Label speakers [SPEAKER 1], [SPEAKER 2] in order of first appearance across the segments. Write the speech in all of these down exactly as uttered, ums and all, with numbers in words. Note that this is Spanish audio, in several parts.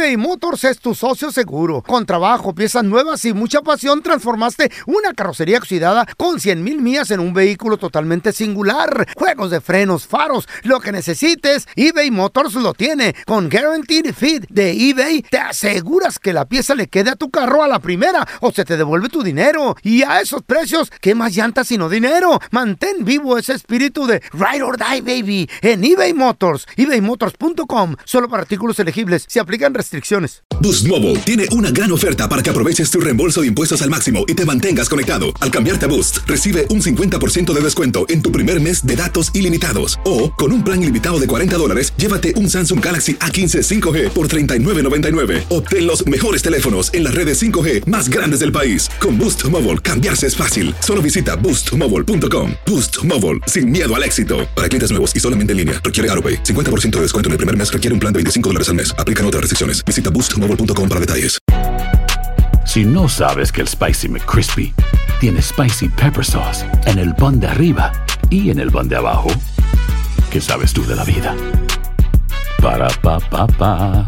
[SPEAKER 1] eBay Motors es tu socio seguro. Con trabajo, piezas nuevas y mucha pasión, transformaste una carrocería oxidada con cien mil millas en un vehículo totalmente singular. Juegos de frenos, faros, lo que necesites, eBay Motors lo tiene. Con Guaranteed Fit de eBay, te aseguras que la pieza le quede a tu carro a la primera o se te devuelve tu dinero. Y a esos precios, ¿qué más llantas sino dinero? Mantén vivo ese espíritu de Ride or Die, baby, en eBay Motors. ebay motors punto com. Solo para artículos elegibles. Se aplican restricciones.
[SPEAKER 2] Boost Mobile tiene una gran oferta para que aproveches tu reembolso de impuestos al máximo y te mantengas conectado. Al cambiarte a Boost, recibe un cincuenta por ciento de descuento en tu primer mes de datos ilimitados. O, con un plan ilimitado de cuarenta dólares, llévate un Samsung Galaxy A quince cinco G por treinta y nueve noventa y nueve. Obtén los mejores teléfonos en las redes cinco G más grandes del país. Con Boost Mobile, cambiarse es fácil. Solo visita boost mobile punto com. Boost Mobile, sin miedo al éxito. Para clientes nuevos y solamente en línea, requiere AutoPay. cincuenta por ciento de descuento en el primer mes requiere un plan de veinticinco dólares al mes. Aplican otras restricciones. Visita boost mobile punto com para detalles.
[SPEAKER 3] Si no sabes que el Spicy McCrispy tiene Spicy Pepper Sauce en el pan de arriba y en el pan de abajo, ¿qué sabes tú de la vida? Para, pa, pa, pa.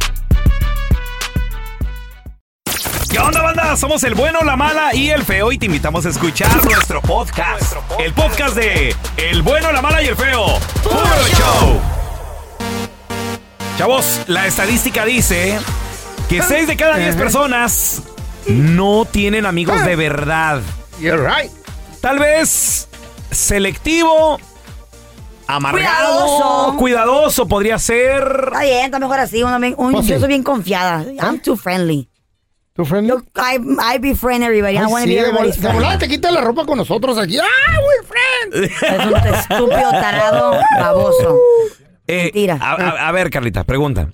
[SPEAKER 4] ¿Qué onda, banda? Somos el bueno, la mala y el feo y te invitamos a escuchar nuestro podcast. Nuestro podcast. El podcast de El bueno, la mala y el feo. ¡Puro show! Chavos, la estadística dice que seis de cada diez personas no tienen amigos de verdad.
[SPEAKER 1] You're right.
[SPEAKER 4] Tal vez selectivo, amargado,
[SPEAKER 5] Cuidadoso.
[SPEAKER 4] cuidadoso podría ser.
[SPEAKER 5] Está bien, está mejor así. Uno bien- un-
[SPEAKER 1] Oh, sí.
[SPEAKER 5] Yo soy bien confiada. I'm too friendly.
[SPEAKER 1] ¿Tu friend?
[SPEAKER 5] Yo, I, I befriend everybody. I
[SPEAKER 1] Ay,
[SPEAKER 5] want to
[SPEAKER 1] sí,
[SPEAKER 5] be
[SPEAKER 1] de
[SPEAKER 5] everybody's
[SPEAKER 1] vol- de volada
[SPEAKER 5] friend.
[SPEAKER 1] te quita la ropa con nosotros aquí. ¡Ah, we're friends!
[SPEAKER 5] Es un estúpido, tarado, baboso.
[SPEAKER 4] Eh,
[SPEAKER 5] Mentira.
[SPEAKER 4] A, a- a ver, Carlita, pregunta.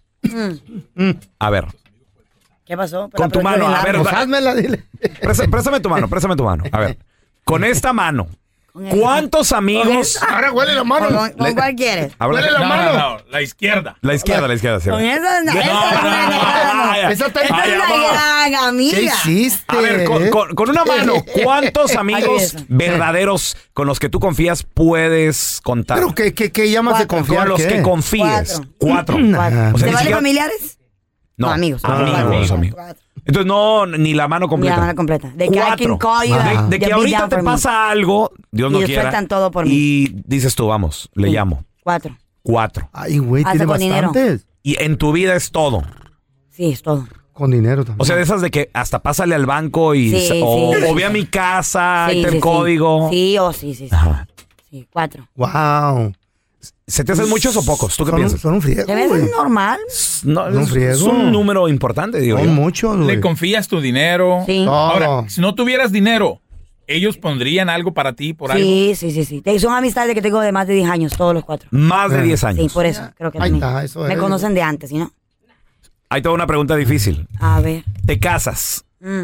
[SPEAKER 4] A ver,
[SPEAKER 5] ¿Qué pasó?
[SPEAKER 4] Con tu mano, a ver,
[SPEAKER 1] Pues házmela, dile.
[SPEAKER 4] presta- préstame tu mano, préstame tu mano. A ver, con esta mano, ¿cuántos amigos?
[SPEAKER 1] Ahora huele la mano.
[SPEAKER 5] ¿Con, con cuál quieres?
[SPEAKER 4] A ver,
[SPEAKER 1] Huele la
[SPEAKER 6] No,
[SPEAKER 1] mano.
[SPEAKER 6] no, no, la izquierda.
[SPEAKER 4] la izquierda, la izquierda. Sí.
[SPEAKER 5] Con esa, esa,
[SPEAKER 4] no,
[SPEAKER 5] esa,
[SPEAKER 4] no,
[SPEAKER 5] es una
[SPEAKER 4] no,
[SPEAKER 5] gran-
[SPEAKER 4] no,
[SPEAKER 1] Esa está
[SPEAKER 5] esa
[SPEAKER 4] Ay,
[SPEAKER 5] es una
[SPEAKER 4] amor.
[SPEAKER 5] gran
[SPEAKER 1] ¿Qué
[SPEAKER 5] amiga.
[SPEAKER 1] hiciste?
[SPEAKER 4] A ver, con, con- con una mano, ¿cuántos amigos
[SPEAKER 5] eso.
[SPEAKER 4] verdaderos con los que tú confías puedes contar?
[SPEAKER 1] ¿Pero qué, qué, qué llamas de
[SPEAKER 5] Cuatro.
[SPEAKER 1] confiar?
[SPEAKER 4] Con los
[SPEAKER 1] ¿Qué?
[SPEAKER 4] que confíes. Cuatro.
[SPEAKER 5] Cuatro.
[SPEAKER 4] O sea,
[SPEAKER 5] ¿Te
[SPEAKER 4] ni
[SPEAKER 5] vale
[SPEAKER 4] siquiera-
[SPEAKER 5] familiares?
[SPEAKER 4] No,
[SPEAKER 5] No, amigos.
[SPEAKER 4] amigos,
[SPEAKER 5] Cuatro.
[SPEAKER 4] amigos.
[SPEAKER 5] Cuatro.
[SPEAKER 4] Entonces, no, ni la mano
[SPEAKER 5] Ni
[SPEAKER 4] completa.
[SPEAKER 5] la mano completa. De que I
[SPEAKER 4] Cuatro.
[SPEAKER 5] can call you
[SPEAKER 4] De,
[SPEAKER 5] and
[SPEAKER 4] de que
[SPEAKER 5] be
[SPEAKER 4] ahorita
[SPEAKER 5] down
[SPEAKER 4] te
[SPEAKER 5] for me.
[SPEAKER 4] pasa algo, Dios
[SPEAKER 5] Y
[SPEAKER 4] no
[SPEAKER 5] ellos
[SPEAKER 4] quiera.
[SPEAKER 5] sueltan todo por mí.
[SPEAKER 4] Y dices tú, vamos, le
[SPEAKER 5] Sí.
[SPEAKER 4] llamo.
[SPEAKER 5] Cuatro.
[SPEAKER 4] Cuatro.
[SPEAKER 1] Ay, güey,
[SPEAKER 5] Hasta
[SPEAKER 1] tiene
[SPEAKER 5] con dinero.
[SPEAKER 1] bastantes.
[SPEAKER 4] Y en tu vida es todo.
[SPEAKER 5] Sí, es todo.
[SPEAKER 1] Con dinero también.
[SPEAKER 4] O sea, de esas de que hasta pásale al banco y
[SPEAKER 5] Sí,
[SPEAKER 4] se- o,
[SPEAKER 5] sí.
[SPEAKER 4] o ve a mi casa,
[SPEAKER 5] Sí,
[SPEAKER 4] ahí está
[SPEAKER 5] sí,
[SPEAKER 4] el
[SPEAKER 5] sí.
[SPEAKER 4] código.
[SPEAKER 5] Sí, o sí, sí, sí.
[SPEAKER 4] Ajá.
[SPEAKER 5] Sí, cuatro.
[SPEAKER 1] Wow.
[SPEAKER 4] ¿Se te hacen muchos o pocos? ¿Tú qué
[SPEAKER 1] Son,
[SPEAKER 4] piensas?
[SPEAKER 1] son un friego,
[SPEAKER 5] ¿Te ves
[SPEAKER 1] güey.
[SPEAKER 5] normal?
[SPEAKER 4] No,
[SPEAKER 1] un
[SPEAKER 4] es,
[SPEAKER 1] friego.
[SPEAKER 4] es un número importante, digo
[SPEAKER 1] Son
[SPEAKER 4] yo.
[SPEAKER 1] muchos, güey.
[SPEAKER 6] Le confías tu dinero.
[SPEAKER 5] Sí.
[SPEAKER 1] No.
[SPEAKER 6] Ahora, si no tuvieras dinero, ¿ellos pondrían algo para ti por algo?
[SPEAKER 5] Sí, sí, sí, sí. Te- Son amistades que tengo de más de diez años, todos los cuatro.
[SPEAKER 4] Más de diez
[SPEAKER 5] Sí,
[SPEAKER 4] años.
[SPEAKER 5] por eso creo que
[SPEAKER 1] Ahí
[SPEAKER 5] también.
[SPEAKER 1] está, eso
[SPEAKER 5] Me
[SPEAKER 1] es.
[SPEAKER 5] conocen de antes, ¿sí no?
[SPEAKER 4] Ahí tengo una pregunta difícil.
[SPEAKER 5] A ver.
[SPEAKER 4] Te casas.
[SPEAKER 5] Mm.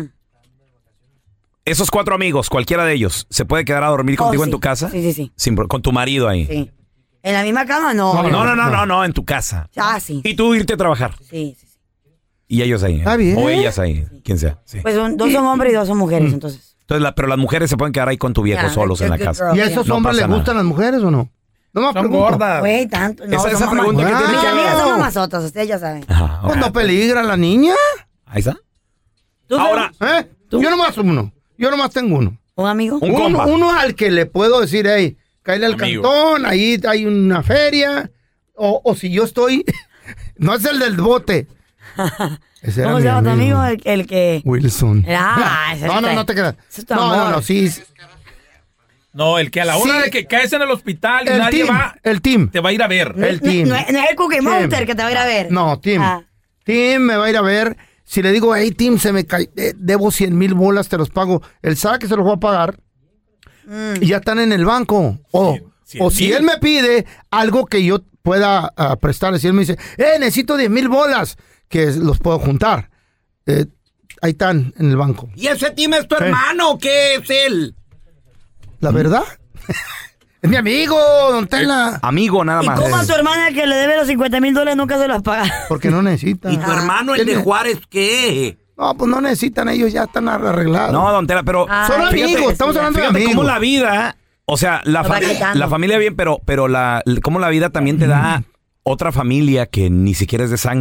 [SPEAKER 4] Esos cuatro amigos, cualquiera de ellos, ¿se puede quedar a dormir
[SPEAKER 5] Oh,
[SPEAKER 4] contigo
[SPEAKER 5] sí.
[SPEAKER 4] en tu casa?
[SPEAKER 5] Sí, sí, sí.
[SPEAKER 4] Sin pro- con tu marido ahí.
[SPEAKER 5] Sí. ¿En la misma cama? No.
[SPEAKER 4] No, no, no, no, no, en tu casa.
[SPEAKER 5] Ah, sí.
[SPEAKER 4] Y tú irte a trabajar.
[SPEAKER 5] Sí, sí, sí.
[SPEAKER 4] Y ellos ahí. ¿eh?
[SPEAKER 1] Está bien.
[SPEAKER 4] O ellas ahí, quien sea. Sí.
[SPEAKER 5] Pues son- dos son hombres y dos son mujeres, entonces.
[SPEAKER 4] Entonces, la- pero las mujeres se pueden quedar ahí con tu viejo
[SPEAKER 5] Yeah,
[SPEAKER 4] solos en la
[SPEAKER 5] good
[SPEAKER 4] casa.
[SPEAKER 5] girl.
[SPEAKER 1] ¿Y a esos
[SPEAKER 4] No
[SPEAKER 1] hombres les
[SPEAKER 4] pasa nada.
[SPEAKER 1] gustan las mujeres o no? No me
[SPEAKER 6] Son
[SPEAKER 1] pregunto.
[SPEAKER 6] gordas.
[SPEAKER 5] Güey, tanto. No,
[SPEAKER 4] Esa- esa
[SPEAKER 5] son mamá-
[SPEAKER 4] pregunta
[SPEAKER 1] que tiene
[SPEAKER 5] Mis
[SPEAKER 1] que-
[SPEAKER 5] amigas son
[SPEAKER 1] Wow.
[SPEAKER 5] mamazotas, ustedes ya saben.
[SPEAKER 4] Ajá,
[SPEAKER 1] Pues
[SPEAKER 4] ok.
[SPEAKER 1] no peligra la niña.
[SPEAKER 4] Ahí está.
[SPEAKER 5] ¿Tú
[SPEAKER 4] Ahora,
[SPEAKER 1] ¿Eh? Yo nomás uno. Yo nomás tengo uno.
[SPEAKER 5] ¿Un amigo?
[SPEAKER 4] Un
[SPEAKER 1] uno,
[SPEAKER 4] compa.
[SPEAKER 1] uno al que le puedo decir, hey, cáele al
[SPEAKER 6] Amigo.
[SPEAKER 1] cantón, ahí hay una feria. O, o si yo estoy, no es el del bote. Ese era
[SPEAKER 5] ¿Cómo
[SPEAKER 1] mi
[SPEAKER 5] se llama tu amigo? El, el que...
[SPEAKER 1] Wilson.
[SPEAKER 5] Ah, ese
[SPEAKER 1] no, no,
[SPEAKER 5] es-
[SPEAKER 1] no te creas.
[SPEAKER 5] ese es tu
[SPEAKER 1] No, no,
[SPEAKER 5] amor.
[SPEAKER 1] no, sí.
[SPEAKER 6] No, el que a la hora
[SPEAKER 1] Sí.
[SPEAKER 6] de que caes en el hospital y
[SPEAKER 1] El
[SPEAKER 6] nadie
[SPEAKER 1] team,
[SPEAKER 6] va,
[SPEAKER 1] el team.
[SPEAKER 6] te va a ir a ver.
[SPEAKER 5] No,
[SPEAKER 1] el
[SPEAKER 5] no-
[SPEAKER 1] team.
[SPEAKER 5] no es no es el Cookie
[SPEAKER 1] Tim.
[SPEAKER 5] Monster que te va a ir a ver.
[SPEAKER 1] No, Tim.
[SPEAKER 5] Ah.
[SPEAKER 1] Tim me va a ir a ver. Si le digo, hey, Tim, se me cae, eh, debo cien mil bolas, te los pago. Él sabe que se los voy a pagar.
[SPEAKER 5] Mm.
[SPEAKER 1] Y ya están en el banco. O,
[SPEAKER 6] Cien- cien
[SPEAKER 1] o si
[SPEAKER 6] mil.
[SPEAKER 1] él me pide algo que yo pueda ah, prestarle, si él me dice, eh, necesito diez mil bolas, que los puedo juntar. Eh, ahí están en el banco.
[SPEAKER 7] ¿Y ese Tim es tu hermano? ¿Qué es él?
[SPEAKER 1] ¿La verdad? Es mi amigo, don Tela.
[SPEAKER 4] Amigo, nada
[SPEAKER 5] ¿Y
[SPEAKER 4] más.
[SPEAKER 5] cómo a tu hermana que le debe los cincuenta mil dólares nunca se los paga?
[SPEAKER 1] Porque no necesitan.
[SPEAKER 7] ¿Y tu hermano, el de
[SPEAKER 1] ¿Quién es?
[SPEAKER 7] Juárez, qué?
[SPEAKER 1] No, pues no necesitan, ellos ya están arreglados.
[SPEAKER 4] No, don Tela, pero...
[SPEAKER 5] Ah,
[SPEAKER 1] Son
[SPEAKER 5] fíjate,
[SPEAKER 1] amigos, estamos hablando de
[SPEAKER 4] Fíjate
[SPEAKER 1] amigos.
[SPEAKER 4] cómo la vida, o sea, la,
[SPEAKER 5] Lo va
[SPEAKER 4] fa-
[SPEAKER 5] quitando.
[SPEAKER 4] la familia bien, pero, pero la, cómo la vida también te da otra familia que ni siquiera es de sangre.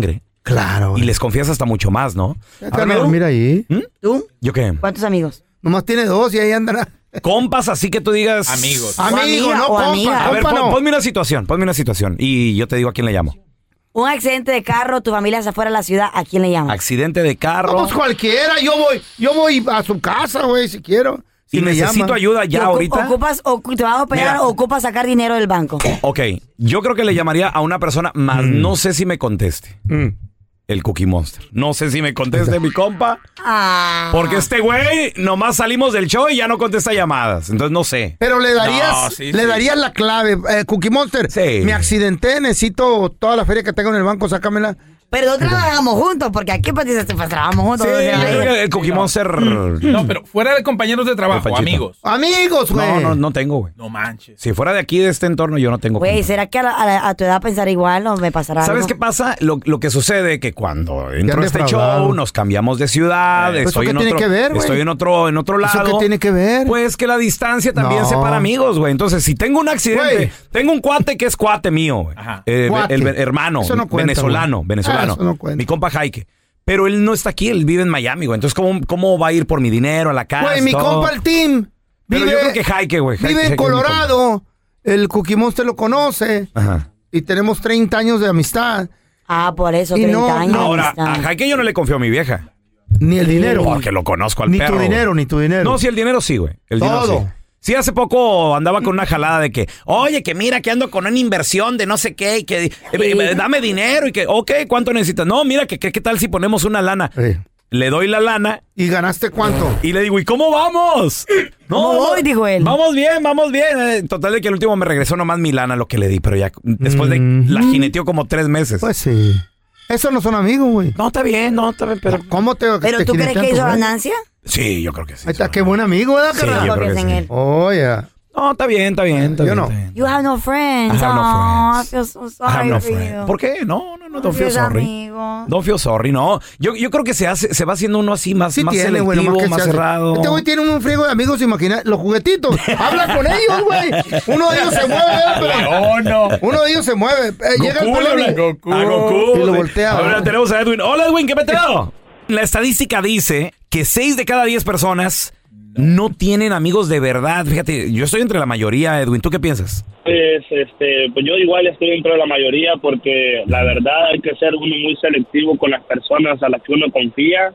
[SPEAKER 1] Claro.
[SPEAKER 4] Y les confías hasta mucho más, ¿no?
[SPEAKER 1] Carnal, mira ahí.
[SPEAKER 4] ¿Mm?
[SPEAKER 5] ¿Tú?
[SPEAKER 4] ¿Yo qué?
[SPEAKER 5] ¿Cuántos amigos?
[SPEAKER 1] Nomás tiene dos y ahí andará.
[SPEAKER 4] Compas, así que tú digas...
[SPEAKER 6] Amigos.
[SPEAKER 1] Amigo,
[SPEAKER 5] amiga,
[SPEAKER 1] no
[SPEAKER 5] o
[SPEAKER 1] compa.
[SPEAKER 5] amiga.
[SPEAKER 4] A ver,
[SPEAKER 1] compa
[SPEAKER 4] pon-
[SPEAKER 1] no.
[SPEAKER 4] ponme una situación, ponme una situación. Y yo te digo a quién le llamo.
[SPEAKER 5] Un accidente de carro, tu familia se fuera a la ciudad, ¿a quién le llamas?
[SPEAKER 4] Accidente de carro.
[SPEAKER 1] Vamos cualquiera, yo voy, yo voy a su casa, güey, si quiero.
[SPEAKER 4] Si
[SPEAKER 1] Y me
[SPEAKER 4] necesito
[SPEAKER 1] llama.
[SPEAKER 4] ayuda ya
[SPEAKER 5] Ocu-
[SPEAKER 4] ahorita.
[SPEAKER 5] Ocupas, ocu- te vas a operar
[SPEAKER 4] Mira.
[SPEAKER 5] o ocupas sacar dinero del banco.
[SPEAKER 4] Ok, yo creo que le llamaría a una persona, más no sé si me conteste.
[SPEAKER 1] Mm.
[SPEAKER 4] El Cookie Monster. No sé si me conteste mi compa.
[SPEAKER 5] Ah.
[SPEAKER 4] Porque este güey, nomás salimos del show y ya no contesta llamadas. Entonces no sé.
[SPEAKER 1] Pero le darías,
[SPEAKER 6] No, sí,
[SPEAKER 1] le
[SPEAKER 6] sí.
[SPEAKER 1] darías la clave, eh, Cookie Monster.
[SPEAKER 4] Sí.
[SPEAKER 1] Me accidenté, necesito toda la feria que tengo en el banco, sácamela.
[SPEAKER 5] Pero no trabajamos juntos, porque aquí pues dices, pues, trabajamos juntos.
[SPEAKER 4] Sí,
[SPEAKER 5] o sea,
[SPEAKER 4] yo creo
[SPEAKER 5] eh,
[SPEAKER 4] que el Cookie Monster...
[SPEAKER 6] No, pero fuera de compañeros de trabajo,
[SPEAKER 4] Panchito.
[SPEAKER 6] amigos.
[SPEAKER 1] Amigos, güey.
[SPEAKER 4] No, no, no tengo, güey.
[SPEAKER 6] No manches.
[SPEAKER 4] Si fuera de aquí, de este entorno, yo no tengo.
[SPEAKER 5] Güey,
[SPEAKER 4] compa.
[SPEAKER 5] ¿será que a, la- a la- a tu edad pensar igual o me pasará
[SPEAKER 4] ¿Sabes
[SPEAKER 5] algo?
[SPEAKER 4] qué pasa? Lo, lo que sucede que cuando entro
[SPEAKER 1] han
[SPEAKER 4] a este
[SPEAKER 1] defraudado.
[SPEAKER 4] show, nos cambiamos de ciudad,
[SPEAKER 1] Eh, ¿eso
[SPEAKER 4] estoy
[SPEAKER 1] qué
[SPEAKER 4] en
[SPEAKER 1] tiene
[SPEAKER 4] otro,
[SPEAKER 1] que ver, güey?
[SPEAKER 4] estoy en otro, en otro
[SPEAKER 1] ¿Eso
[SPEAKER 4] lado.
[SPEAKER 1] qué tiene que ver?
[SPEAKER 4] Pues que la distancia también
[SPEAKER 1] No.
[SPEAKER 4] separa amigos, güey. Entonces, si tengo un accidente,
[SPEAKER 1] Güey.
[SPEAKER 4] tengo un cuate que es cuate mío, güey.
[SPEAKER 6] Ajá.
[SPEAKER 4] Eh,
[SPEAKER 1] Cuate.
[SPEAKER 4] el, el hermano,
[SPEAKER 1] Eso no cuenta,
[SPEAKER 4] venezolano,
[SPEAKER 1] güey.
[SPEAKER 4] venezolano.
[SPEAKER 1] Ah, eso no cuenta.
[SPEAKER 4] Mi compa Jaike. Pero él no está aquí, él vive en Miami, güey. Entonces, ¿cómo, cómo va a ir por mi dinero a la casa?
[SPEAKER 1] Güey, mi
[SPEAKER 4] todo?
[SPEAKER 1] compa el team.
[SPEAKER 4] Pero
[SPEAKER 1] vive,
[SPEAKER 4] yo creo que Jaike, güey. Jaike-
[SPEAKER 1] Vive en
[SPEAKER 4] Jaike es mi compa.
[SPEAKER 1] Colorado. El Cookie Monster lo conoce.
[SPEAKER 4] Ajá.
[SPEAKER 1] Y tenemos treinta años de amistad.
[SPEAKER 5] Ah, por eso,
[SPEAKER 1] Y
[SPEAKER 5] treinta
[SPEAKER 1] no-
[SPEAKER 5] años. de
[SPEAKER 4] Ahora,
[SPEAKER 5] amistad.
[SPEAKER 4] a Jaike yo no le confío a mi vieja.
[SPEAKER 1] Ni el dinero.
[SPEAKER 4] Porque lo conozco al
[SPEAKER 1] Ni
[SPEAKER 4] perro.
[SPEAKER 1] tu
[SPEAKER 4] güey.
[SPEAKER 1] dinero, ni tu dinero.
[SPEAKER 4] No, sí, el dinero sí, güey. El dinero
[SPEAKER 1] Todo.
[SPEAKER 4] sí. Sí, hace poco andaba con una jalada de que, oye, que mira que ando con una inversión de no sé qué y que eh, eh, dame dinero y que, ok, ¿cuánto necesitas? No, mira, que, que qué tal si ponemos una lana.
[SPEAKER 1] Sí.
[SPEAKER 4] Le doy la lana
[SPEAKER 1] ¿Y ganaste cuánto?
[SPEAKER 4] y le digo, ¿y cómo vamos?
[SPEAKER 5] ¿Cómo voy? Dijo él.
[SPEAKER 4] Vamos bien, vamos bien. Eh, Total de que el último me regresó nomás mi lana lo que le di, pero ya después de
[SPEAKER 1] Mm.
[SPEAKER 4] la jineteó como tres meses.
[SPEAKER 1] Pues sí. Esos no son amigos, güey.
[SPEAKER 4] no, está bien, no, está bien, pero...
[SPEAKER 1] ¿Cómo te
[SPEAKER 5] ¿Pero
[SPEAKER 1] te
[SPEAKER 5] tú crees
[SPEAKER 1] jinetean
[SPEAKER 5] que
[SPEAKER 1] tu
[SPEAKER 5] hizo
[SPEAKER 1] güey?
[SPEAKER 5] ganancia?
[SPEAKER 4] Sí, yo creo que sí.
[SPEAKER 1] Ahí está, qué buen amigo, ¿verdad,
[SPEAKER 4] Sí,
[SPEAKER 1] carnal?
[SPEAKER 4] yo
[SPEAKER 5] Porque
[SPEAKER 4] creo
[SPEAKER 5] es
[SPEAKER 4] que
[SPEAKER 5] en
[SPEAKER 4] sí.
[SPEAKER 5] él.
[SPEAKER 1] Oh, yeah.
[SPEAKER 4] No, está bien, está bien, está
[SPEAKER 1] Yo
[SPEAKER 4] bien.
[SPEAKER 1] no.
[SPEAKER 4] está bien.
[SPEAKER 5] You have no friends.
[SPEAKER 4] I have no
[SPEAKER 5] Oh,
[SPEAKER 4] friends.
[SPEAKER 5] I feel so
[SPEAKER 4] I have
[SPEAKER 5] sorry
[SPEAKER 4] no
[SPEAKER 5] for
[SPEAKER 4] friend.
[SPEAKER 5] you.
[SPEAKER 4] ¿Por qué? No, no, no, don't
[SPEAKER 5] Porque
[SPEAKER 4] feel
[SPEAKER 5] es
[SPEAKER 4] sorry.
[SPEAKER 5] amigo.
[SPEAKER 4] Don't feel sorry, no. Yo, yo creo que se hace, se va haciendo uno así más,
[SPEAKER 1] Sí
[SPEAKER 4] más
[SPEAKER 1] tiene,
[SPEAKER 4] selectivo,
[SPEAKER 1] güey, nomás que
[SPEAKER 4] más
[SPEAKER 1] se hace.
[SPEAKER 4] cerrado.
[SPEAKER 1] Este güey tiene un friego de amigos, imagina, los juguetitos. Habla con ellos, güey. Uno de ellos se mueve, ¿verdad? Pero
[SPEAKER 6] Oh, no.
[SPEAKER 1] uno de ellos se mueve. Eh, llega el
[SPEAKER 6] Goku,
[SPEAKER 1] pelón y-
[SPEAKER 6] Goku.
[SPEAKER 4] A Goku.
[SPEAKER 1] Y lo
[SPEAKER 4] sí.
[SPEAKER 1] voltea,
[SPEAKER 4] Ahora
[SPEAKER 1] ¿verdad?
[SPEAKER 4] tenemos a Edwin. Hola, Edwin, ¿qué peteo? La estadística dice que seis de cada diez personas no tienen amigos de verdad. Fíjate, yo estoy entre la mayoría, Edwin. ¿Tú qué piensas?
[SPEAKER 8] Pues, este, pues yo igual estoy dentro de la mayoría porque la verdad hay que ser uno muy selectivo con las personas a las que uno confía,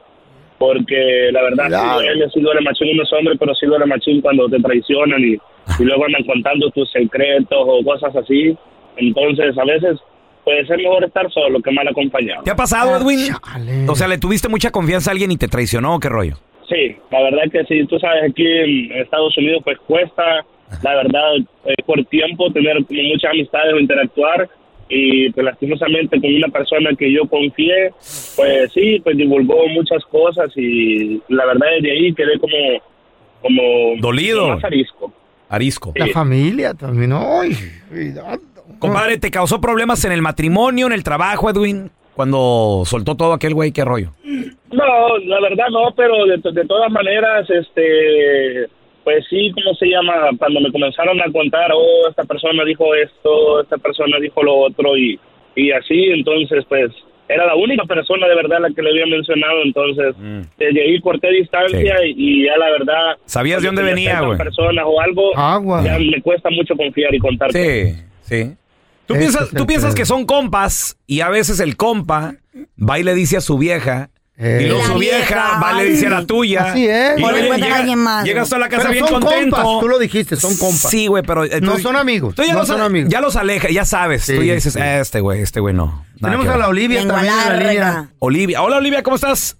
[SPEAKER 8] porque la verdad
[SPEAKER 1] Claro.
[SPEAKER 8] sí duele, sí duele machín, uno es hombre, pero sí duele machín cuando te traicionan y, y luego andan contando tus secretos o cosas así. Entonces, a veces puede ser mejor estar solo que mal acompañado.
[SPEAKER 4] ¿Te ha pasado, Edwin?
[SPEAKER 1] Chale.
[SPEAKER 4] O sea, ¿le tuviste mucha confianza a alguien y te traicionó o qué rollo?
[SPEAKER 8] Sí, la verdad que sí, tú sabes, aquí en Estados Unidos pues cuesta, la verdad, eh, por tiempo tener como muchas amistades o interactuar y pues lastimosamente con una persona que yo confié, pues sí, pues divulgó muchas cosas y la verdad desde ahí quedé como, como
[SPEAKER 4] Dolido.
[SPEAKER 8] como más arisco.
[SPEAKER 4] Arisco.
[SPEAKER 1] La familia también. Ay, cuidado.
[SPEAKER 4] Compadre, ¿te causó problemas en el matrimonio, en el trabajo, Edwin? Cuando soltó todo aquel güey, ¿qué rollo?
[SPEAKER 8] No, la verdad no, pero de, de todas maneras, este, pues sí, ¿cómo se llama? Cuando me comenzaron a contar, oh, esta persona dijo esto, esta persona dijo lo otro y, y así, entonces pues era la única persona de verdad a la que le había mencionado, entonces
[SPEAKER 4] Mm.
[SPEAKER 8] desde ahí corté distancia
[SPEAKER 4] Sí.
[SPEAKER 8] y, y ya la verdad...
[SPEAKER 4] ¿Sabías de dónde
[SPEAKER 8] cuando se
[SPEAKER 4] venía,
[SPEAKER 8] acercan
[SPEAKER 4] güey?
[SPEAKER 8] personas o algo,
[SPEAKER 1] Agua.
[SPEAKER 8] ya me cuesta mucho confiar y contar.
[SPEAKER 4] Sí, sí. ¿Tú,
[SPEAKER 1] Ese
[SPEAKER 4] piensas,
[SPEAKER 1] es el
[SPEAKER 4] tú piensas
[SPEAKER 1] pedo.
[SPEAKER 4] que son compas y a veces el compa va y le dice a su vieja
[SPEAKER 1] Eh.
[SPEAKER 4] y luego
[SPEAKER 5] La
[SPEAKER 4] su vieja,
[SPEAKER 5] vieja,
[SPEAKER 4] va y le dice a la tuya.
[SPEAKER 1] Así es.
[SPEAKER 4] Y
[SPEAKER 5] O le
[SPEAKER 4] luego
[SPEAKER 5] encuentran a alguien más,
[SPEAKER 4] Llegas tú a la casa
[SPEAKER 1] Pero
[SPEAKER 4] bien
[SPEAKER 1] son
[SPEAKER 4] contento.
[SPEAKER 1] compas, tú lo dijiste, son compas.
[SPEAKER 4] Sí, güey, pero... eh,
[SPEAKER 1] No
[SPEAKER 4] tú-
[SPEAKER 1] son amigos,
[SPEAKER 4] Tú ya,
[SPEAKER 1] no
[SPEAKER 4] los,
[SPEAKER 1] son amigos.
[SPEAKER 4] ya los alejas, ya sabes.
[SPEAKER 1] Sí,
[SPEAKER 4] tú ya dices,
[SPEAKER 1] sí.
[SPEAKER 4] "Eh, este güey, este güey no. Nada
[SPEAKER 1] Tenemos
[SPEAKER 4] que
[SPEAKER 1] a la
[SPEAKER 4] ver".
[SPEAKER 1] Olivia
[SPEAKER 5] Lengua
[SPEAKER 1] también en la
[SPEAKER 5] larga.
[SPEAKER 1] línea.
[SPEAKER 4] Olivia. Hola, Olivia, ¿cómo estás?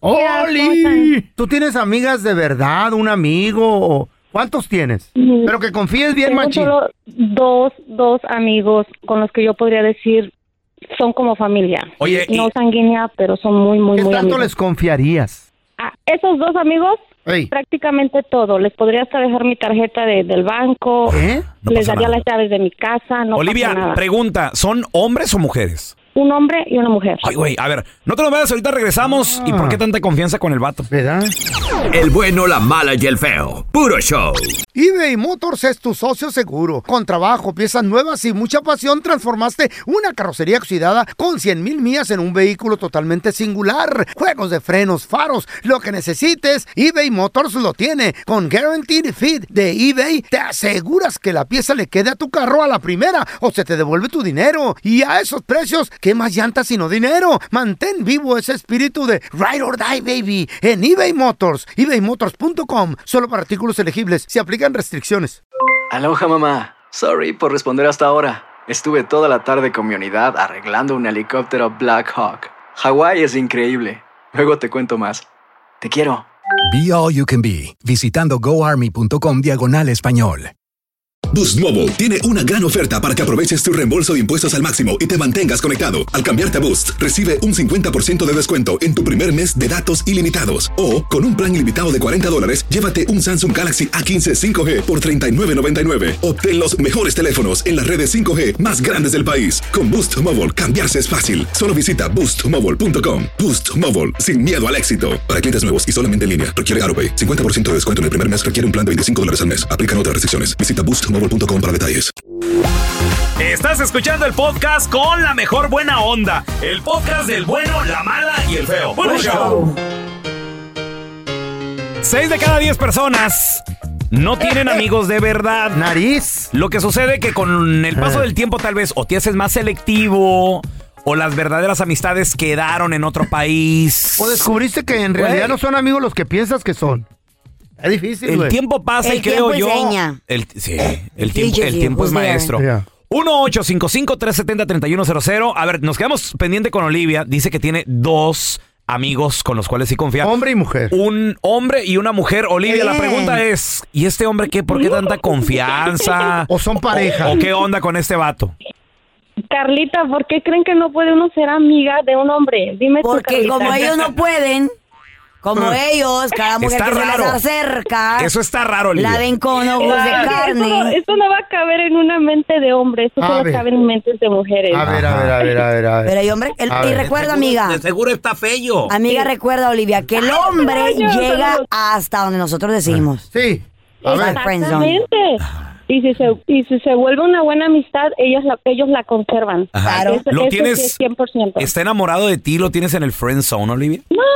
[SPEAKER 1] ¡Oli! ¿Tú tienes amigas de verdad, un amigo? o- ¿Cuántos tienes?
[SPEAKER 9] Mm.
[SPEAKER 1] Pero que confíes bien,
[SPEAKER 9] Tengo
[SPEAKER 1] machín.
[SPEAKER 9] solo dos, dos amigos con los que yo podría decir son como familia.
[SPEAKER 4] Oye, y-
[SPEAKER 9] No sanguínea, pero son muy, muy,
[SPEAKER 1] ¿Qué
[SPEAKER 9] muy
[SPEAKER 1] tanto
[SPEAKER 9] amigos.
[SPEAKER 1] les confiarías?
[SPEAKER 9] A esos dos amigos,
[SPEAKER 1] Ey.
[SPEAKER 9] prácticamente todo. Les podría hasta dejar mi tarjeta de- del banco.
[SPEAKER 1] ¿Eh?
[SPEAKER 4] No
[SPEAKER 9] les
[SPEAKER 4] pasa
[SPEAKER 9] daría
[SPEAKER 4] nada.
[SPEAKER 9] las llaves de mi casa. No
[SPEAKER 4] Olivia,
[SPEAKER 9] pasa nada.
[SPEAKER 4] pregunta, ¿son hombres o mujeres?
[SPEAKER 9] un hombre y una mujer.
[SPEAKER 4] Ay, güey, a ver, no te lo veas, ahorita regresamos. ¿Y por qué tanta confianza con el vato?
[SPEAKER 1] ¿Verdad?
[SPEAKER 10] El bueno, la mala y el feo. Puro show.
[SPEAKER 1] eBay Motors es tu socio seguro. Con trabajo, piezas nuevas y mucha pasión, transformaste una carrocería oxidada con cien mil millas en un vehículo totalmente singular. Juegos de frenos, faros, lo que necesites, eBay Motors lo tiene. Con Guaranteed Fit de eBay, te aseguras que la pieza le quede a tu carro a la primera o se te devuelve tu dinero. Y a esos precios, ¿qué más llantas sino dinero? Mantén vivo ese espíritu de Ride or Die, baby, en eBay Motors. ebay motors punto com. Solo para artículos elegibles. Se aplican restricciones.
[SPEAKER 11] Aloha, mamá. Sorry por responder hasta ahora. Estuve toda la tarde con mi unidad arreglando un helicóptero Black Hawk. Hawái es increíble. Luego te cuento más. Te quiero.
[SPEAKER 12] Be All You Can Be, visitando goarmy.com diagonal español.
[SPEAKER 2] Boost Mobile tiene una gran oferta para que aproveches tu reembolso de impuestos al máximo y te mantengas conectado. Al cambiarte a Boost, recibe un cincuenta por ciento de descuento en tu primer mes de datos ilimitados. O, con un plan ilimitado de cuarenta dólares, llévate un Samsung Galaxy A quince cinco G por treinta y nueve noventa y nueve. Obtén los mejores teléfonos en las redes cinco G más grandes del país. Con Boost Mobile, cambiarse es fácil. Solo visita boost mobile punto com. Boost Mobile, sin miedo al éxito. Para clientes nuevos y solamente en línea, requiere AutoPay. cincuenta por ciento de descuento en el primer mes requiere un plan de veinticinco dólares al mes. Aplican otras restricciones. Visita boost mobile punto com para detalles.
[SPEAKER 4] Estás escuchando el podcast con la mejor buena onda. El podcast del bueno, la mala y el feo. ¡Buen show! Seis de cada diez personas no tienen amigos de verdad.
[SPEAKER 1] Nariz.
[SPEAKER 4] Lo que sucede que con el paso del tiempo tal vez o te haces más selectivo o las verdaderas amistades quedaron en otro país.
[SPEAKER 1] O descubriste que en realidad
[SPEAKER 4] Güey.
[SPEAKER 1] no son amigos los que piensas que son. Es difícil,
[SPEAKER 4] El
[SPEAKER 1] güey.
[SPEAKER 4] tiempo pasa
[SPEAKER 5] El
[SPEAKER 4] y creo
[SPEAKER 5] tiempo
[SPEAKER 4] yo.
[SPEAKER 5] enseña.
[SPEAKER 4] El, sí, el tiempo,
[SPEAKER 5] Teaches
[SPEAKER 4] el
[SPEAKER 5] you,
[SPEAKER 4] tiempo es
[SPEAKER 5] who's there.
[SPEAKER 4] maestro.
[SPEAKER 1] Yeah.
[SPEAKER 4] uno ocho cinco cinco tres siete cero tres uno cero cero. A ver, nos quedamos pendiente con Olivia. Dice que tiene dos amigos con los cuales sí confía.
[SPEAKER 1] Hombre y mujer.
[SPEAKER 4] Un hombre y una mujer. Olivia, la
[SPEAKER 5] Bien.
[SPEAKER 4] pregunta es, ¿y este hombre qué? ¿Por qué tanta confianza?
[SPEAKER 1] ¿O son pareja?
[SPEAKER 4] ¿O qué onda con este vato?
[SPEAKER 9] Carlita, ¿por qué creen que no puede uno ser amiga de un hombre? Dime tú,
[SPEAKER 5] Porque
[SPEAKER 9] Carlita.
[SPEAKER 5] como ellos no pueden, como ellos, cada mujer
[SPEAKER 4] Está
[SPEAKER 5] que se
[SPEAKER 4] raro.
[SPEAKER 5] les acerca,
[SPEAKER 4] Eso está raro, Olivia.
[SPEAKER 5] la ven con ojos de
[SPEAKER 9] Esto no,
[SPEAKER 5] carne.
[SPEAKER 9] esto no va a caber en una mente de hombre, esto
[SPEAKER 1] A
[SPEAKER 9] solo
[SPEAKER 1] ver.
[SPEAKER 9] cabe en mentes de mujeres.
[SPEAKER 1] A ver, a ver, a ver, a ver, a ver.
[SPEAKER 5] Pero hay hombre, el-
[SPEAKER 1] A
[SPEAKER 5] y
[SPEAKER 1] ver.
[SPEAKER 5] recuerda, amiga,
[SPEAKER 7] De seguro está feo.
[SPEAKER 5] amiga, recuerda, Olivia, que el hombre
[SPEAKER 9] Ay, no,
[SPEAKER 5] llega
[SPEAKER 9] no.
[SPEAKER 5] hasta donde nosotros decimos.
[SPEAKER 1] Sí. A ver.
[SPEAKER 5] Exacto. friend zone.
[SPEAKER 9] Exactamente. Y si se y si se vuelve una buena amistad, ellos la ellos la conservan.
[SPEAKER 4] Ajá.
[SPEAKER 5] Claro.
[SPEAKER 9] Eso,
[SPEAKER 4] ¿Lo
[SPEAKER 9] eso
[SPEAKER 4] tienes-
[SPEAKER 9] sí es cien por ciento.
[SPEAKER 4] ¿Está enamorado de ti? ¿Lo tienes en el friend zone, Olivia?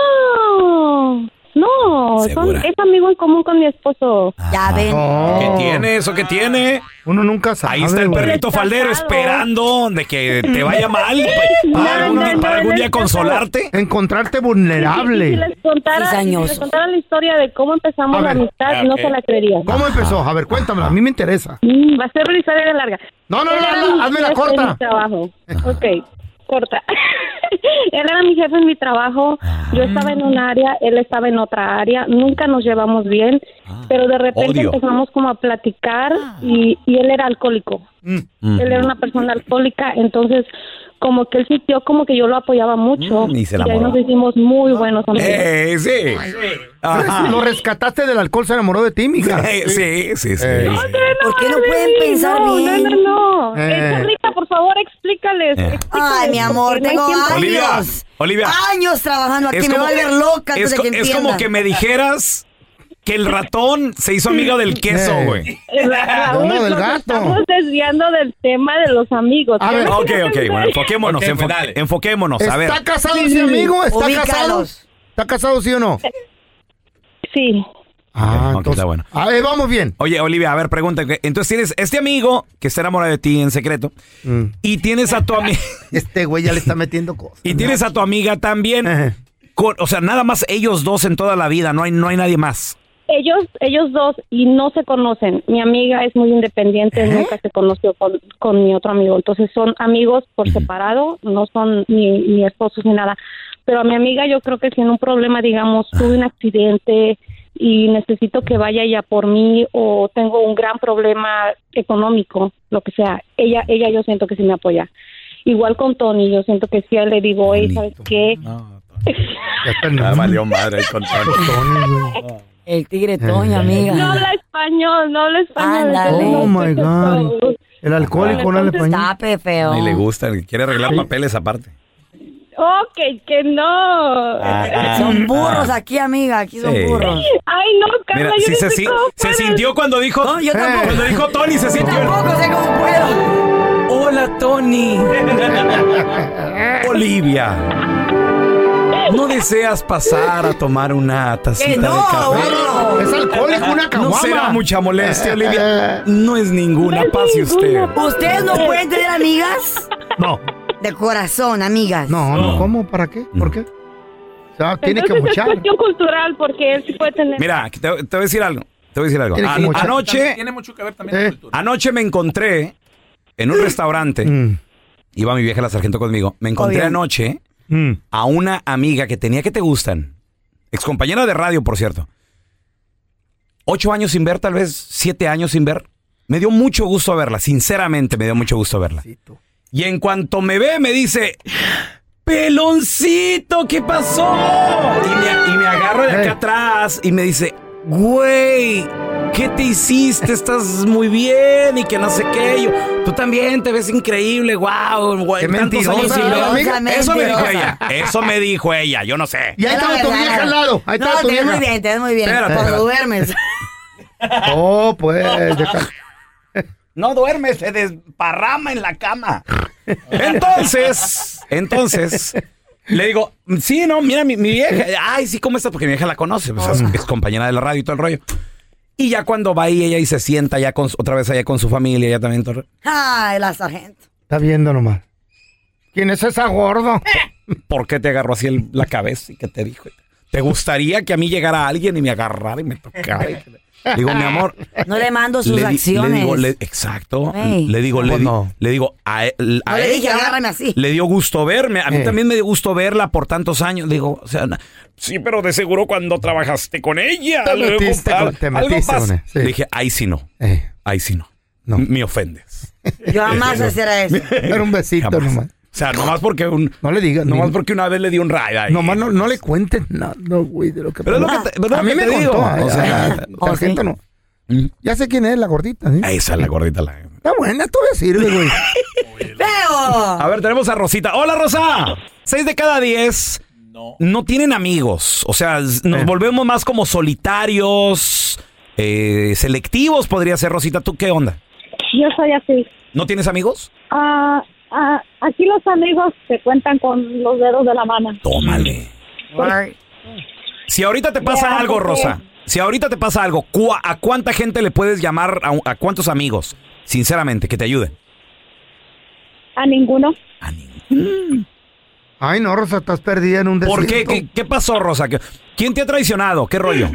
[SPEAKER 9] No. No, son,
[SPEAKER 4] ¿Segura?
[SPEAKER 9] es amigo en común con mi esposo.
[SPEAKER 5] Ya ven.
[SPEAKER 1] No.
[SPEAKER 4] ¿Qué tiene eso? ¿Qué tiene?
[SPEAKER 1] Uno nunca sabe.
[SPEAKER 4] Ahí está el
[SPEAKER 1] güey.
[SPEAKER 4] perrito
[SPEAKER 9] Está
[SPEAKER 4] faldero
[SPEAKER 9] casado.
[SPEAKER 4] esperando de que te vaya mal
[SPEAKER 9] No,
[SPEAKER 4] para algún,
[SPEAKER 9] no,
[SPEAKER 4] día-
[SPEAKER 9] no,
[SPEAKER 4] para
[SPEAKER 9] no,
[SPEAKER 4] algún
[SPEAKER 9] no
[SPEAKER 4] día
[SPEAKER 9] está
[SPEAKER 4] consolarte.
[SPEAKER 1] Encontrarte
[SPEAKER 9] Si
[SPEAKER 1] vulnerable.
[SPEAKER 9] les contara, si
[SPEAKER 5] Cizañoso.
[SPEAKER 9] les contara la historia de cómo empezamos
[SPEAKER 1] A
[SPEAKER 9] la
[SPEAKER 1] ver.
[SPEAKER 9] amistad, no
[SPEAKER 4] Ok.
[SPEAKER 9] se la creería.
[SPEAKER 1] ¿Cómo empezó? A ver, cuéntamela. A mí me interesa.
[SPEAKER 9] Mm, va a ser una historia larga.
[SPEAKER 1] No, no,
[SPEAKER 9] Él
[SPEAKER 1] no,
[SPEAKER 9] era
[SPEAKER 1] no,
[SPEAKER 9] mi
[SPEAKER 1] hazme la
[SPEAKER 9] jefe
[SPEAKER 1] corta.
[SPEAKER 9] en mi trabajo. Ok, corta. Él era mi jefe en mi trabajo. Yo estaba en un área, él estaba en otra área. Nunca nos llevamos bien, pero de repente
[SPEAKER 4] Odio.
[SPEAKER 9] empezamos como a platicar y, y él era alcohólico.
[SPEAKER 4] Mm.
[SPEAKER 9] Él era una persona alcohólica, entonces como que él sintió como que yo lo apoyaba mucho
[SPEAKER 4] Mm, y se
[SPEAKER 9] ahí
[SPEAKER 4] enamoró.
[SPEAKER 9] nos hicimos muy buenos amigos.
[SPEAKER 4] Eh, sí. Ajá.
[SPEAKER 1] Lo rescataste del alcohol, se enamoró de ti, mija.
[SPEAKER 4] Eh, sí, sí, sí.
[SPEAKER 1] Eh.
[SPEAKER 5] ¿Por qué no pueden
[SPEAKER 9] Sí,
[SPEAKER 5] pensar
[SPEAKER 9] no,
[SPEAKER 5] bien?
[SPEAKER 9] No, no, no.
[SPEAKER 1] Eh.
[SPEAKER 9] Eh, Carlita, por favor, explícales.
[SPEAKER 4] Eh.
[SPEAKER 9] explícales,
[SPEAKER 5] Ay, mi amor,
[SPEAKER 9] porque no hay
[SPEAKER 5] tengo
[SPEAKER 9] tiempo.
[SPEAKER 4] Olivia,
[SPEAKER 5] años.
[SPEAKER 4] Olivia.
[SPEAKER 5] Años trabajando aquí,
[SPEAKER 4] Es
[SPEAKER 5] me
[SPEAKER 4] como-
[SPEAKER 5] voy a volver loca antes
[SPEAKER 4] Es,
[SPEAKER 5] de
[SPEAKER 4] co-
[SPEAKER 5] que
[SPEAKER 4] es
[SPEAKER 5] entiendan.
[SPEAKER 4] como que me dijeras que el ratón se hizo amigo del queso,
[SPEAKER 1] Eh.
[SPEAKER 4] güey.
[SPEAKER 9] Raúl,
[SPEAKER 1] No, del
[SPEAKER 9] nos
[SPEAKER 1] gato.
[SPEAKER 9] Estamos desviando del tema de los amigos.
[SPEAKER 1] A ver.
[SPEAKER 4] Ok, ok, bueno, enfoquémonos,
[SPEAKER 6] Ok,
[SPEAKER 4] enfo-
[SPEAKER 6] pues dale.
[SPEAKER 4] enfoquémonos. A ver.
[SPEAKER 1] ¿Está casado ese amigo? ¿Está
[SPEAKER 5] Ubícalos.
[SPEAKER 1] casado? ¿Está casado, sí o no?
[SPEAKER 9] Sí.
[SPEAKER 1] Ah,
[SPEAKER 4] Ok,
[SPEAKER 1] entonces.
[SPEAKER 4] está bueno.
[SPEAKER 1] A ver, vamos bien.
[SPEAKER 4] Oye, Olivia, a ver, pregunta. que- Entonces tienes este amigo que está enamorado de ti en secreto
[SPEAKER 1] Mm.
[SPEAKER 4] y tienes a tu amiga
[SPEAKER 1] Este güey ya le está metiendo cosas.
[SPEAKER 4] y tienes a tu amiga también.
[SPEAKER 1] Ejé.
[SPEAKER 4] Con- o sea, nada más ellos dos en toda la vida, no hay, no hay nadie más.
[SPEAKER 9] Ellos, ellos dos, y no se conocen. Mi amiga es muy independiente,
[SPEAKER 1] ¿Eh?
[SPEAKER 9] nunca se conoció con, con mi otro amigo. Entonces son amigos por separado, no son ni, ni esposos ni nada. Pero a mi amiga yo creo que si en un problema, digamos, tuve un accidente y necesito que vaya ella por mí o tengo un gran problema económico, lo que sea, ella, ella yo siento que sí me apoya. Igual con Tony, yo siento que si a él le digo, hey, ¿sabes qué?
[SPEAKER 1] Ya está en-
[SPEAKER 4] Ah, valió madre el control.
[SPEAKER 1] Tony, güey.
[SPEAKER 5] El tigre Toño,
[SPEAKER 1] Eh.
[SPEAKER 5] amiga.
[SPEAKER 9] No habla español, no habla español.
[SPEAKER 5] Ándale.
[SPEAKER 9] entonces no
[SPEAKER 1] Oh,
[SPEAKER 9] sé
[SPEAKER 1] my
[SPEAKER 9] qué
[SPEAKER 1] God.
[SPEAKER 9] show.
[SPEAKER 1] El alcohólico no le español.
[SPEAKER 5] Tape, feo.
[SPEAKER 4] Y le gusta, quiere arreglar papeles aparte.
[SPEAKER 9] Ok, que no.
[SPEAKER 5] Son burros aquí, amiga. Aquí son
[SPEAKER 4] Sí.
[SPEAKER 5] burros.
[SPEAKER 9] Ay, no, Carla,
[SPEAKER 4] Mira,
[SPEAKER 9] yo
[SPEAKER 4] sí
[SPEAKER 9] no
[SPEAKER 4] se,
[SPEAKER 9] sé
[SPEAKER 4] si-
[SPEAKER 9] cómo
[SPEAKER 4] se
[SPEAKER 9] puedes.
[SPEAKER 4] sintió cuando dijo.
[SPEAKER 5] No, yo tampoco.
[SPEAKER 4] Cuando dijo Tony, se sintió.
[SPEAKER 5] Tampoco sé cómo puedo.
[SPEAKER 4] Hola, Tony. Olivia. ¿No deseas pasar a tomar una tacita
[SPEAKER 5] Que no,
[SPEAKER 4] de café?
[SPEAKER 5] bueno.
[SPEAKER 1] Es alcohólico, una caguama.
[SPEAKER 4] No será mucha molestia, Olivia. No es ninguna,
[SPEAKER 9] No es
[SPEAKER 4] pase usted.
[SPEAKER 9] ninguna.
[SPEAKER 5] ¿Ustedes no pueden tener amigas?
[SPEAKER 1] No.
[SPEAKER 5] De corazón, amigas.
[SPEAKER 1] No, no, ¿cómo? ¿Para qué? ¿Por qué? O sea, tiene que
[SPEAKER 9] Entonces es
[SPEAKER 1] mochar.
[SPEAKER 9] cuestión cultural porque él sí puede tener.
[SPEAKER 4] Mira, te, te voy a decir algo. Te voy a decir algo.
[SPEAKER 1] Tiene que
[SPEAKER 4] An-
[SPEAKER 1] mochar.
[SPEAKER 4] anoche,
[SPEAKER 6] Tiene mucho que ver también
[SPEAKER 1] Eh.
[SPEAKER 6] la cultura.
[SPEAKER 4] anoche me encontré en un restaurante.
[SPEAKER 1] Mm,
[SPEAKER 4] Iba mi vieja la sargento conmigo. Me encontré
[SPEAKER 5] Obvio.
[SPEAKER 4] anoche
[SPEAKER 1] mm.
[SPEAKER 4] a una amiga que tenía que te gustan. Excompañera de radio, por cierto. Ocho años sin ver, tal vez siete años sin ver. Me dio mucho gusto verla, sinceramente me dio mucho gusto verla. Y en cuanto me ve, me dice, ¡Peloncito! ¿Qué pasó? Y me, y me agarro de acá
[SPEAKER 1] Eh.
[SPEAKER 4] atrás y me dice, güey, ¿qué te hiciste? Estás muy bien y que no sé qué. Yo, tú también te ves increíble, wow, güey.
[SPEAKER 1] Qué
[SPEAKER 4] tantos
[SPEAKER 1] mentirosa,
[SPEAKER 4] años sin ver".
[SPEAKER 1] amiga.
[SPEAKER 4] Eso me dijo
[SPEAKER 5] Mentirosa.
[SPEAKER 4] ella. Eso me dijo ella, yo no sé.
[SPEAKER 1] Y ahí
[SPEAKER 5] Es la
[SPEAKER 1] estaba tu
[SPEAKER 5] verdad.
[SPEAKER 1] vieja al lado. Ahí
[SPEAKER 5] No,
[SPEAKER 1] estaba tu
[SPEAKER 5] te ves
[SPEAKER 1] vieja.
[SPEAKER 5] muy bien, te ves muy bien.
[SPEAKER 4] Espérate,
[SPEAKER 5] Cuando
[SPEAKER 4] espérate.
[SPEAKER 5] duermes.
[SPEAKER 1] Oh, pues. deja-
[SPEAKER 4] No duerme, se desparrama en la cama. Entonces, entonces, le digo, sí, no, mira, mi, mi vieja, ay, sí, ¿cómo estás? Porque mi vieja la conoce, pues, es, es compañera de la radio y todo el rollo. Y ya cuando va ahí, ella y se sienta ya con, su- otra vez allá con su familia, ya también todo.
[SPEAKER 5] Ay, la sargento.
[SPEAKER 1] Está viendo nomás. ¿Quién es esa gordo?
[SPEAKER 4] ¿Por qué te agarró así el- la cabeza y qué te dijo? ¿Te gustaría que a mí llegara alguien y me agarrara y me tocara? Y que le- Le digo, mi amor.
[SPEAKER 5] No le mando sus
[SPEAKER 4] le di-
[SPEAKER 5] acciones.
[SPEAKER 4] Le digo, le- exacto.
[SPEAKER 5] Ey.
[SPEAKER 4] Le digo, le,
[SPEAKER 1] Pues
[SPEAKER 4] di-
[SPEAKER 1] no.
[SPEAKER 4] le digo, a, e- a
[SPEAKER 5] No le dije,
[SPEAKER 4] ella
[SPEAKER 5] agárrame así.
[SPEAKER 4] le dio gusto verme. A mí
[SPEAKER 1] Eh.
[SPEAKER 4] también me dio gusto verla por tantos años. Digo, o sea, na- sí, pero de seguro cuando trabajaste con ella.
[SPEAKER 1] Te
[SPEAKER 4] luego,
[SPEAKER 1] metiste
[SPEAKER 4] al-
[SPEAKER 1] con- te
[SPEAKER 4] algo
[SPEAKER 1] metiste
[SPEAKER 4] pasa.
[SPEAKER 1] con él, sí.
[SPEAKER 4] Le dije, ahí sí no.
[SPEAKER 1] Eh,
[SPEAKER 4] Ahí sí no.
[SPEAKER 1] No.
[SPEAKER 4] M- Me ofendes.
[SPEAKER 5] Yo jamás hiciera eso.
[SPEAKER 1] Era un besito
[SPEAKER 4] Jamás.
[SPEAKER 1] nomás.
[SPEAKER 4] O sea, nomás porque un,
[SPEAKER 1] No le digas.
[SPEAKER 4] nomás
[SPEAKER 1] ni-
[SPEAKER 4] porque una vez le di un rayo. ahí.
[SPEAKER 1] Nomás no, no le cuenten nada, no, güey, de lo que
[SPEAKER 4] Pero es lo
[SPEAKER 1] pasó.
[SPEAKER 4] que te- pero es lo
[SPEAKER 1] A mí
[SPEAKER 4] que
[SPEAKER 1] me
[SPEAKER 4] te
[SPEAKER 1] contó.
[SPEAKER 4] digo,
[SPEAKER 1] ay,
[SPEAKER 4] o sea,
[SPEAKER 1] ay,
[SPEAKER 5] ¿oh,
[SPEAKER 1] sargento
[SPEAKER 5] sí?
[SPEAKER 1] no.
[SPEAKER 4] Mm.
[SPEAKER 1] Ya sé quién es la gordita, ¿sí?
[SPEAKER 4] Esa es la gordita. La...
[SPEAKER 1] Está buena, todavía sirve, güey.
[SPEAKER 5] ¡Feo!
[SPEAKER 4] A ver, tenemos a Rosita. Hola, Rosa. Seis de cada diez
[SPEAKER 6] No.
[SPEAKER 4] no tienen amigos. O sea, s- nos
[SPEAKER 1] Eh.
[SPEAKER 4] volvemos más como solitarios, eh, selectivos, podría ser. Rosita, ¿tú qué onda?
[SPEAKER 9] Yo soy así.
[SPEAKER 4] ¿No tienes amigos?
[SPEAKER 9] Ah, ah, aquí los amigos se cuentan con los dedos de la mano.
[SPEAKER 4] Tómale. Si ahorita te pasa
[SPEAKER 9] Ya,
[SPEAKER 4] algo,
[SPEAKER 9] porque-
[SPEAKER 4] Rosa, si ahorita te pasa algo, ¿cu- ¿a cuánta gente le puedes llamar, a, a cuántos amigos, sinceramente, que te ayuden?
[SPEAKER 9] A ninguno.
[SPEAKER 4] A ninguno.
[SPEAKER 1] Ay, no, Rosa, estás perdida en un desierto.
[SPEAKER 4] ¿Por qué? ¿Qué, qué pasó, Rosa? ¿Qué- ¿Quién te ha traicionado? ¿Qué rollo?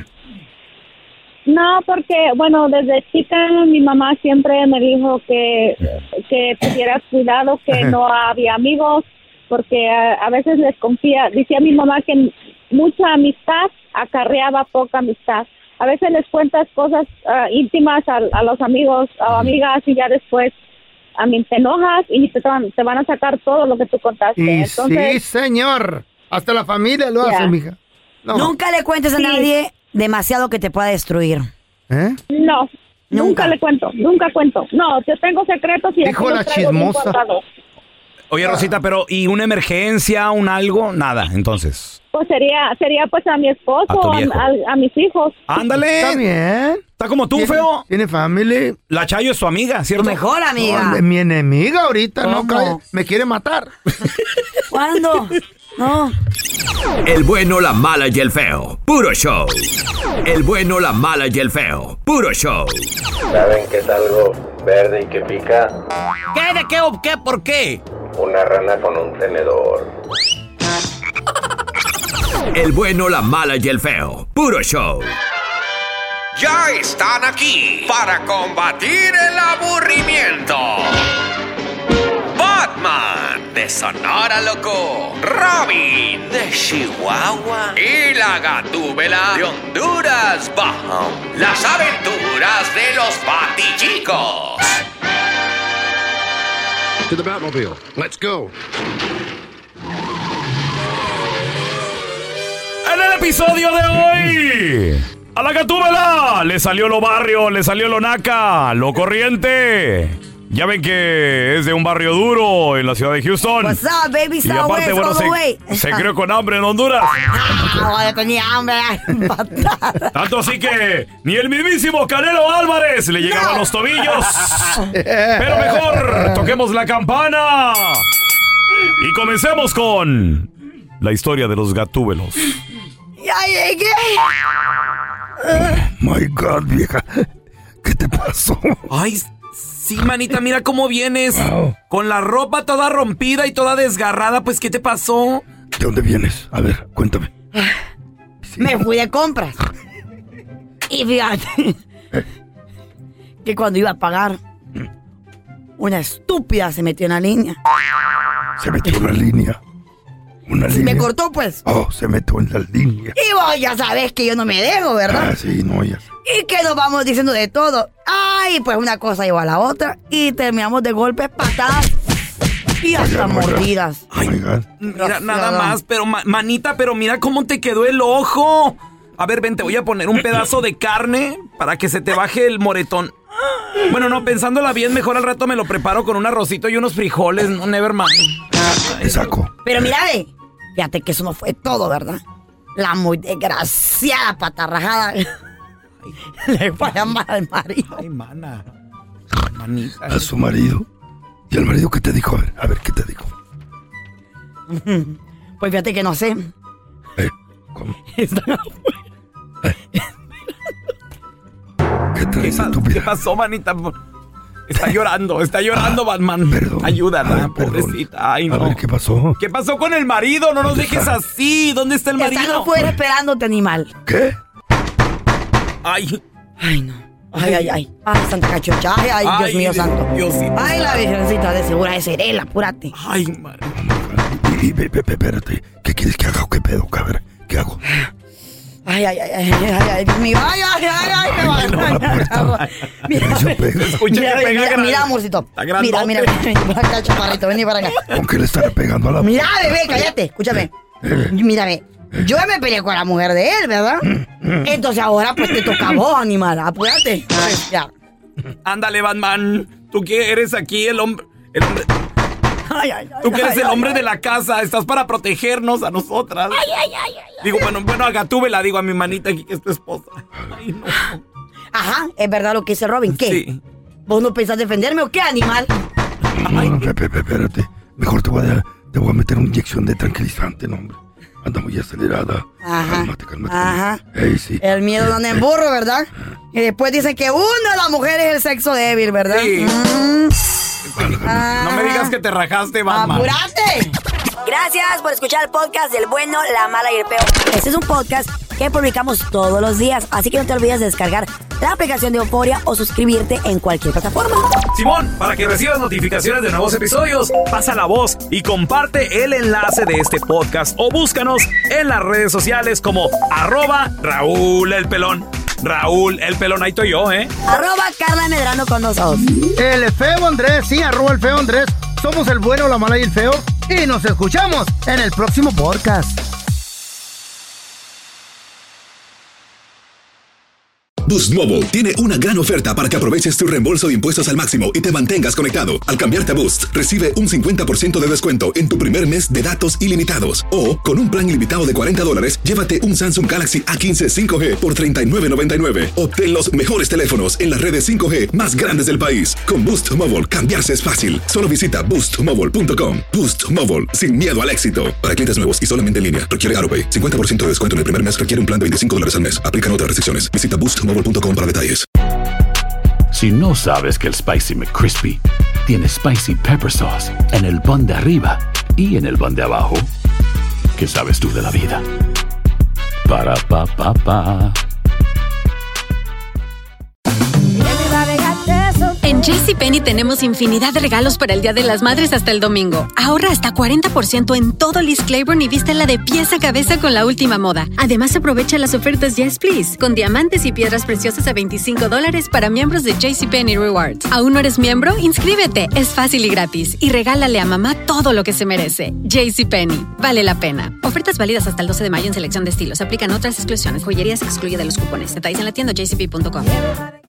[SPEAKER 9] No, porque, bueno, desde chica mi mamá siempre me dijo que, que tuvieras cuidado, que no había amigos, porque a, a veces les confía. Decía mi mamá que mucha amistad acarreaba poca amistad. A veces les cuentas cosas ah, íntimas a, a los amigos o amigas y ya después a mí te enojas y te, van- te van a sacar todo lo que tú contaste.
[SPEAKER 1] Y
[SPEAKER 9] Entonces,
[SPEAKER 1] sí, señor. Hasta la familia lo
[SPEAKER 9] Ya.
[SPEAKER 1] hace, mija. No.
[SPEAKER 5] Nunca le cuentes a
[SPEAKER 9] Sí.
[SPEAKER 5] nadie demasiado que te pueda destruir.
[SPEAKER 1] ¿Eh?
[SPEAKER 9] no, nunca.
[SPEAKER 5] Nunca.
[SPEAKER 9] le cuento, nunca cuento. No, yo tengo secretos y
[SPEAKER 1] Dijo
[SPEAKER 9] aquí
[SPEAKER 1] la
[SPEAKER 9] los traigo bien
[SPEAKER 1] chismosa.
[SPEAKER 9] guardados.
[SPEAKER 4] Oye, Rosita, pero ¿y una emergencia, un algo? Nada, entonces.
[SPEAKER 9] Pues sería, sería pues a mi esposo,
[SPEAKER 4] A tu
[SPEAKER 9] a,
[SPEAKER 4] viejo.
[SPEAKER 9] a- a mis hijos.
[SPEAKER 4] Ándale.
[SPEAKER 1] Está bien.
[SPEAKER 4] Está como tú,
[SPEAKER 1] ¿Tiene-
[SPEAKER 4] feo.
[SPEAKER 1] Tiene family.
[SPEAKER 4] La Chayo es tu amiga,
[SPEAKER 5] Tu
[SPEAKER 4] ¿cierto?
[SPEAKER 5] mejor amiga.
[SPEAKER 1] No, mi enemiga ahorita, no
[SPEAKER 5] ¿Cómo?
[SPEAKER 1] cae. Me quiere matar.
[SPEAKER 5] ¿Cuándo? No.
[SPEAKER 10] El bueno, la mala y el feo. Puro show. El bueno, la mala y el feo. Puro show.
[SPEAKER 13] ¿Saben qué es algo verde y que pica?
[SPEAKER 7] ¿Qué? ¿De qué o qué? ¿Por qué?
[SPEAKER 13] Una rana con un tenedor.
[SPEAKER 10] El bueno, la mala y el feo. Puro show.
[SPEAKER 14] Ya están aquí para combatir el aburrimiento. Batman de Sonora Loco, Robin de Chihuahua y la Gatúbela de Honduras Bajo. Las aventuras de los Batichicos.
[SPEAKER 15] To the Batmobile. Let's go.
[SPEAKER 4] En el episodio de hoy, a la Gatúbela le salió lo barrio, le salió lo naca, lo corriente.
[SPEAKER 16] Ya ven que es de un barrio duro en la ciudad de Houston.
[SPEAKER 5] What's up, baby?
[SPEAKER 16] Y aparte, bueno, se, se creó con hambre en Honduras.
[SPEAKER 5] Ah, yo tenía hambre.
[SPEAKER 16] Tanto así que ni el mismísimo Canelo Álvarez le llegaban no. los tobillos. Pero mejor, toquemos la campana. Y comencemos con la historia de los gatúbelos.
[SPEAKER 5] ¡Ya llegué!
[SPEAKER 1] Oh, my God, vieja. ¿Qué te pasó?
[SPEAKER 7] Ay, sí, manita, mira cómo vienes. Wow. Con la ropa toda rompida y toda desgarrada. Pues, ¿qué te pasó?
[SPEAKER 1] ¿De dónde vienes? A ver, cuéntame.
[SPEAKER 5] Sí. Me fui de compras. Y fíjate ¿Eh? que cuando iba a pagar, una estúpida se metió en la línea.
[SPEAKER 1] Se metió en la línea. Una línea.
[SPEAKER 5] Me cortó, pues.
[SPEAKER 1] Oh, se metió en la línea.
[SPEAKER 5] Y vos ya sabés que yo no me dejo, ¿verdad?
[SPEAKER 1] Ah, sí, no, ya sé.
[SPEAKER 5] Y que nos vamos diciendo de todo. Ay, pues una cosa llevó a la otra. Y terminamos de golpes, patadas y hasta
[SPEAKER 1] Ay,
[SPEAKER 5] mordidas.
[SPEAKER 7] Ay, mira, nada más, pero ma- manita, pero mira cómo te quedó el ojo. A ver, ven, te voy a poner un pedazo de carne para que se te baje el moretón. Bueno, no, pensándola bien, mejor al rato me lo preparo con un arrocito y unos frijoles, no, never mind.
[SPEAKER 1] Te saco.
[SPEAKER 5] Pero mira, ve, fíjate que eso no fue todo, ¿verdad? La muy desgraciada patarrajada le fue a llamar al marido.
[SPEAKER 7] Ay, mana. Manita.
[SPEAKER 1] A su marido. ¿Y el marido qué te dijo? A ver, a ver, ¿qué te dijo?
[SPEAKER 5] Pues fíjate que no sé.
[SPEAKER 1] ¿Eh? ¿Cómo?
[SPEAKER 5] Están afuera.
[SPEAKER 1] ¿Eh? ¿Qué te
[SPEAKER 7] ¿Qué, pa- ¿Qué pasó, manita? Está llorando, está llorando, Batman.
[SPEAKER 1] Perdón.
[SPEAKER 7] Ayúdala,
[SPEAKER 1] Ay,
[SPEAKER 7] pobrecita. Ay, no.
[SPEAKER 1] A ver, ¿qué pasó?
[SPEAKER 7] ¿Qué pasó con el marido? No nos dejes
[SPEAKER 1] está?
[SPEAKER 7] así. ¿Dónde está el marido?
[SPEAKER 5] Están afuera esperándote, animal.
[SPEAKER 1] ¿Qué?
[SPEAKER 7] Ay.
[SPEAKER 5] Ay, no. Ay, ay, ay. Ay, Santa Cachucha. Ay, ay, Dios
[SPEAKER 7] Ay,
[SPEAKER 5] mío santo.
[SPEAKER 7] Diosito.
[SPEAKER 5] Ay, la virgencita de segura de Cerela, apúrate.
[SPEAKER 7] Ay, madre.
[SPEAKER 1] Y, y, ve, ve, ve, espérate. ¿Qué quieres que haga o qué pedo? A ver, ¿qué hago?
[SPEAKER 5] Ay, ay, ay, ay, ay, ay, Dios mío. Ay, ay, ay, ay, me va a ganar. Mira, mira, mira, mira, amorcito. Mira, mira, mira, mira, acá, chaparrito, vení para acá.
[SPEAKER 1] ¿Con qué le estaré pegando a la...
[SPEAKER 5] Mira, bebé, cállate, escúchame. Mírame, yo me peleé con la mujer de él, ¿verdad? Entonces ahora pues te toca a vos, animal, apúrate. Ay, ya.
[SPEAKER 7] Ándale, Batman. Tú que eres aquí el hombre... El hombre...
[SPEAKER 5] Ay, ay, ay,
[SPEAKER 7] Tú que eres
[SPEAKER 5] ay,
[SPEAKER 7] el hombre
[SPEAKER 5] ay,
[SPEAKER 7] de la casa, estás para protegernos a nosotras.
[SPEAKER 5] Ay, ay, ay, ay.
[SPEAKER 7] Digo, bueno, bueno, a Gatúbela, digo a mi manita aquí que es tu esposa. Ay, no.
[SPEAKER 5] Ajá, es verdad lo que dice Robin. ¿Qué?
[SPEAKER 7] Sí.
[SPEAKER 5] ¿Vos no pensás defenderme o qué, animal?
[SPEAKER 1] No, no, Pepe, espérate. Mejor te voy a, te voy a meter una inyección de tranquilizante, no, hombre. Anda muy acelerada.
[SPEAKER 5] Ajá.
[SPEAKER 1] Cálmate, cálmate.
[SPEAKER 5] Ajá.
[SPEAKER 1] Ey, sí.
[SPEAKER 5] El miedo no anda en burro, ¿verdad? Y después dicen que uno de las mujeres es el sexo débil, ¿verdad?
[SPEAKER 7] Sí.
[SPEAKER 5] Mm.
[SPEAKER 7] No me digas que te rajaste, Batman.
[SPEAKER 5] ¡Apúrate! Gracias por escuchar el podcast del bueno, la mala y el peor. Este es un podcast que publicamos todos los días, así que no te olvides de descargar la aplicación de Euforia o suscribirte en cualquier plataforma.
[SPEAKER 7] Simón, para que recibas notificaciones de nuevos episodios, pasa la voz y comparte el enlace de este podcast o búscanos en las redes sociales como arroba Raúl el Pelón. Raúl el Pelón, ahí estoy yo, ¿eh?
[SPEAKER 5] Arroba Carla Medrano con nosotros.
[SPEAKER 1] El feo Andrés, sí, arroba el feo Andrés. Somos el bueno, la mala y el feo. Y nos escuchamos en el próximo podcast.
[SPEAKER 2] Boost Mobile tiene una gran oferta para que aproveches tu reembolso de impuestos al máximo y te mantengas conectado. Al cambiarte a Boost, recibe un cincuenta por ciento de descuento en tu primer mes de datos ilimitados. O, con un plan ilimitado de cuarenta dólares, llévate un Samsung Galaxy A quince cinco G por treinta y nueve noventa y nueve. Obtén los mejores teléfonos en las redes cinco G más grandes del país. Con Boost Mobile, cambiarse es fácil. Solo visita boost mobile punto com. Boost Mobile, sin miedo al éxito. Para clientes nuevos y solamente en línea, requiere AutoPay. cincuenta por ciento de descuento en el primer mes requiere un plan de veinticinco dólares al mes. Aplican otras restricciones. Visita boost mobile punto com para detalles.
[SPEAKER 3] Si no sabes que el Spicy McCrispy tiene Spicy Pepper Sauce en el pan de arriba y en el pan de abajo, ¿qué sabes tú de la vida? Para, pa, pa, pa.
[SPEAKER 17] En JCPenney tenemos infinidad de regalos para el Día de las Madres hasta el domingo. Ahorra hasta cuarenta por ciento en todo Liz Claiborne y vístela de pies a cabeza con la última moda. Además, aprovecha las ofertas Yes Please, con diamantes y piedras preciosas a veinticinco dólares para miembros de JCPenney Rewards. ¿Aún no eres miembro? Inscríbete. Es fácil y gratis. Y regálale a mamá todo lo que se merece. JCPenney. Vale la pena. Ofertas válidas hasta el doce de mayo en selección de estilos. Aplican otras exclusiones. Joyería se excluye de los cupones. Detalles en la tienda j c p punto com.